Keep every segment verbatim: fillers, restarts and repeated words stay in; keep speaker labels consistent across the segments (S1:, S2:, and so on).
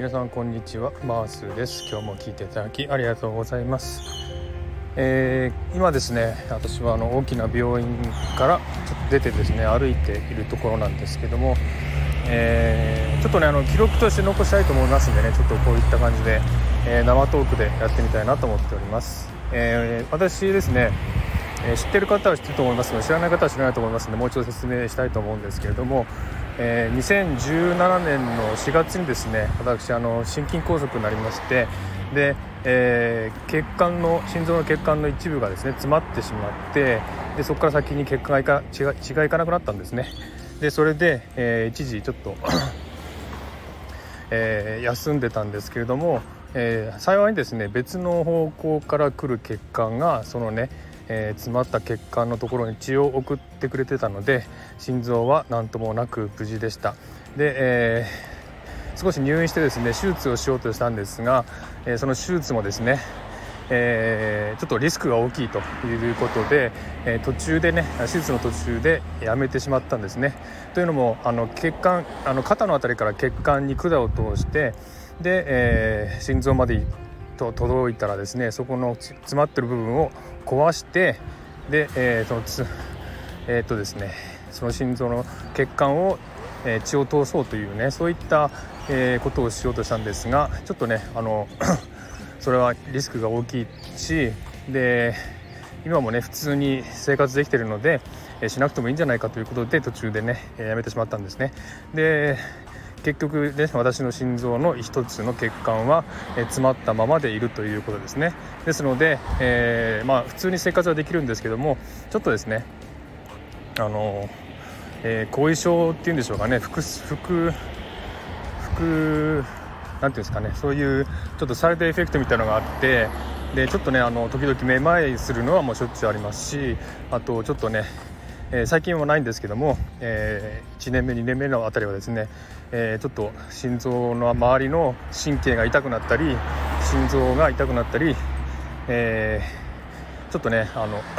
S1: 皆さんこんにちは、マースです。今日も聞いていただきありがとうございます。えー、今ですね、私はあの大きな病院からちょっと出てですね歩いているところなんですけども、えー、ちょっとねあの記録として残したいと思いますんでね、ちょっとこういった感じで、えー、生トークでやってみたいなと思っております。えー、私ですね、えー、知ってる方は知ってると思いますが、知らない方は知らないと思いますので、もう一度説明したいと思うんですけれども、えー、にせんじゅうななねんのしがつにですね、私あの心筋梗塞になりまして、で、えー、血管の心臓の血管の一部がですね詰まってしまって、でそこから先に血管がいか血が血がいかなくなったんですね。でそれで、えー、一時ちょっと、えー、休んでたんですけれども、えー、幸いにですね別の方向から来る血管がそのねえー、詰まった血管のところに血を送ってくれてたので、心臓は何ともなく無事でした。で、えー、少し入院してですね手術をしようとしたんですが、えー、その手術もですね、えー、ちょっとリスクが大きいということで、えー、途中でね手術の途中でやめてしまったんですね。というのもあの血管あの肩のあたりから血管に管を通してで、えー、心臓までと届いたらですね、そこの詰まってる部分を壊して、で、えーそのつえーとですね、その心臓の血管を、えー、血を通そうというね、そういった、えー、ことをしようとしたんですが、ちょっとねあのそれはリスクが大きいし、で今もね普通に生活できているので、えー、しなくてもいいんじゃないかということで途中でね、えー、やめてしまったんですね。で結局ね、私の心臓の一つの血管は、えー、詰まったままでいるということですね。ですので、えーまあ、普通に生活はできるんですけども、ちょっとですねあの、えー、後遺症っていうんでしょうかね、副副副なんていうんですかね、そういうちょっとサイドエフェクトみたいなのがあって、でちょっとねあの時々めまいするのはもうしょっちゅうありますし、あとちょっとねえー、最近はないんですけども、えー、いちねんめにねんめのあたりはですね、えー、ちょっと心臓の周りの神経が痛くなったり心臓が痛くなったり、えー、ちょっとねあの、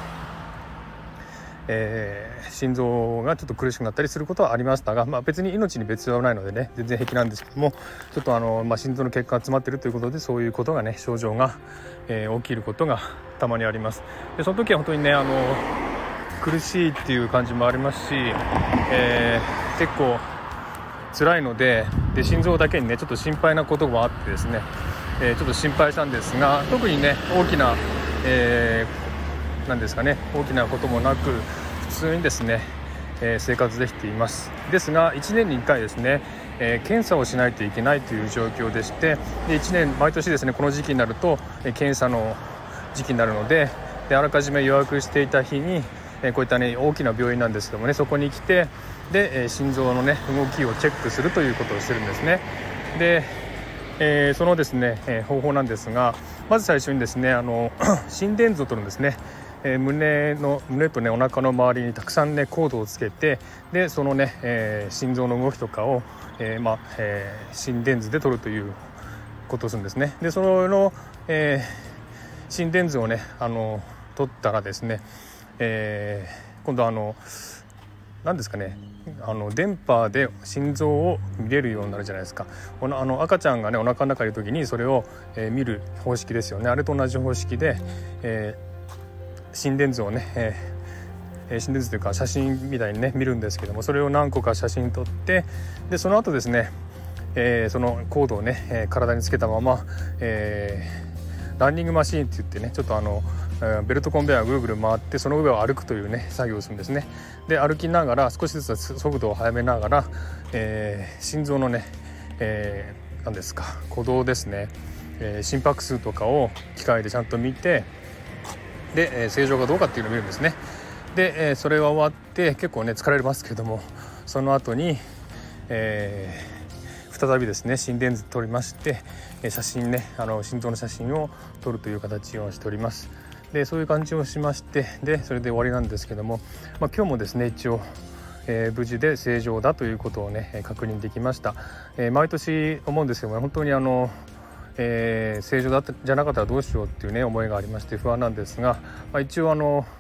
S1: えー、心臓がちょっと苦しくなったりすることはありましたが、まあ、別に命に別状はないのでね全然平気なんですけども、ちょっとあの、まあ、心臓の血管が詰まっているということで、そういうことがね症状が、えー、起きることがたまにあります。でその時は本当にねあの苦しいっていう感じもありますし、えー、結構辛いの で, で心臓だけにねちょっと心配なこともあってですね、えー、ちょっと心配したんですが、特にね大きな、えー、なんですかね大きなこともなく普通にですね、えー、生活できています。ですがいちねんにいっかいですね、えー、検査をしないといけないという状況でして、でいちねん毎年ですねこの時期になると、えー、検査の時期になるの で, であらかじめ予約していた日にこういったね大きな病院なんですけどもね、そこに来てで心臓のね動きをチェックするということをしてるんですね。で、えー、そのですね、えー、方法なんですが、まず最初にですねあの心電図を取るんですね。えー、胸の胸とねお腹の周りにたくさんねコードをつけて、でそのね、えー、心臓の動きとかを、えーまあえー、心電図で取るということをするんですね。でその、えー、心電図をねあの取ったらですね、えー、今度あの何ですかねあの電波で心臓を見れるようになるじゃないですか。このあの赤ちゃんがねお腹の中にいる時にそれを、えー、見る方式ですよね。あれと同じ方式で、えー、心電図をね、えー、心電図というか写真みたいにね見るんですけども、それを何個か写真撮って、でその後ですね、えー、そのコードをね、えー、体につけたまま、えー、ランニングマシーンって言ってねちょっとあのベルトコンベヤーをぐるぐる回ってその上を歩くというね作業をするんですね。で歩きながら少しずつ速度を速めながら、えー、心臓のね、えー、何ですか鼓動ですね、えー、心拍数とかを機械でちゃんと見て、で、えー、正常かどうかっていうのを見るんですね。で、えー、それが終わって結構ね疲れますけれども、その後に、えー、再びですね心電図取りまして、写真ねあの心臓の写真を撮るという形をしております。でそういう感じをしまして、でそれで終わりなんですけども、まあ、今日もですね一応、えー、無事で正常だということをね確認できました。えー、毎年思うんですけども、本当にあの、えー、正常だったじゃなかったらどうしようっていうね思いがありまして不安なんですが、まあ、一応あの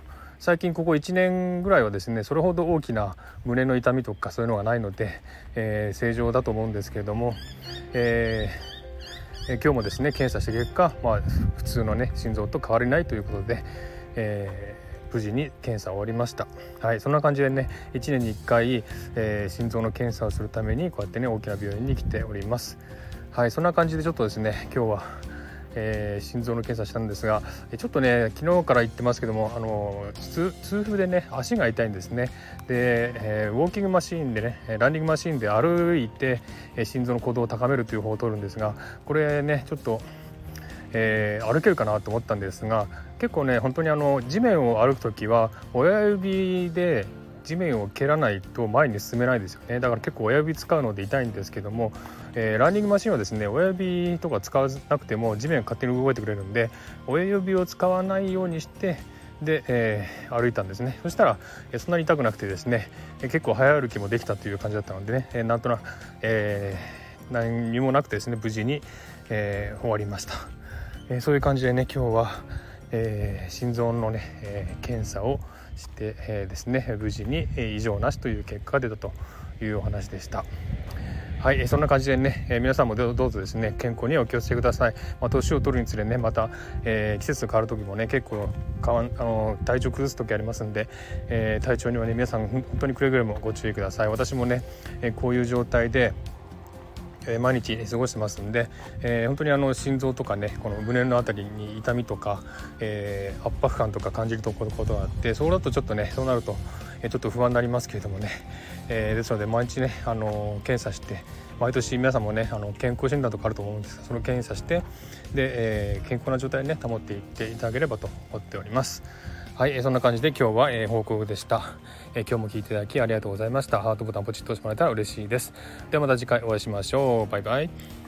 S1: 最近ここいちねんぐらいはですねそれほど大きな胸の痛みとかそういうのがないので、えー、正常だと思うんですけれども、えーえー、今日もですね検査した結果、まあ、普通のね心臓と変わりないということで、えー無事に検査終わりました。はい、そんな感じでねいちねんにいっかい、えー、心臓の検査をするためにこうやってね大きな病院に来ております。はい、そんな感じでちょっとですね今日は、えー、心臓の検査したんですが、ちょっとね昨日から言ってますけどもあの痛風でね足が痛いんですね。で、えー、ウォーキングマシーンでねランニングマシーンで歩いて、えー、心臓の鼓動を高めるという方法を取るんですが、これねちょっとえー、歩けるかなと思ったんですが、結構ね本当にあの地面を歩くときは親指で地面を蹴らないと前に進めないですよね。だから結構親指使うので痛いんですけども、えー、ランニングマシンはですね親指とか使わなくても地面が勝手に動いてくれるんで、親指を使わないようにしてで、えー、歩いたんですね。そしたら、えー、そんなに痛くなくてですね、えー、結構早歩きもできたという感じだったのでね、えー、なんとなく、えー、何にもなくてですね無事に、えー、終わりました。えー、そういう感じでね今日は、えー、心臓のね、えー、検査をして、えー、ですね無事に、えー、異常なしという結果が出たというお話でした。はい、えー、そんな感じでね、えー、皆さんもどうぞですね健康にお気をつけください。まあ、年を取るにつれねまた、えー、季節が変わる時もね結構変わんあの体調崩す時ありますんで、えー、体調にはね皆さん本当にくれぐれもご注意ください。私もね、えー、こういう状態でえー、毎日過ごしてますんで、えー、本当にあの心臓とかねこの胸のあたりに痛みとか、えー、圧迫感とか感じるところことがあって、そうだとちょっとねそうなると、えー、ちょっと不安になりますけれどもね、えー、ですので毎日ね、あのー、検査して毎年皆さんもねあの健康診断とかあると思うんですが、その検査してで、えー、健康な状態にね保っていっていただければと思っております。はい、そんな感じで今日は、えー、報告でした。えー、今日も聞いていただきありがとうございました。ハートボタンポチッと押してもらえたら嬉しいです。ではまた次回お会いしましょう。バイバイ。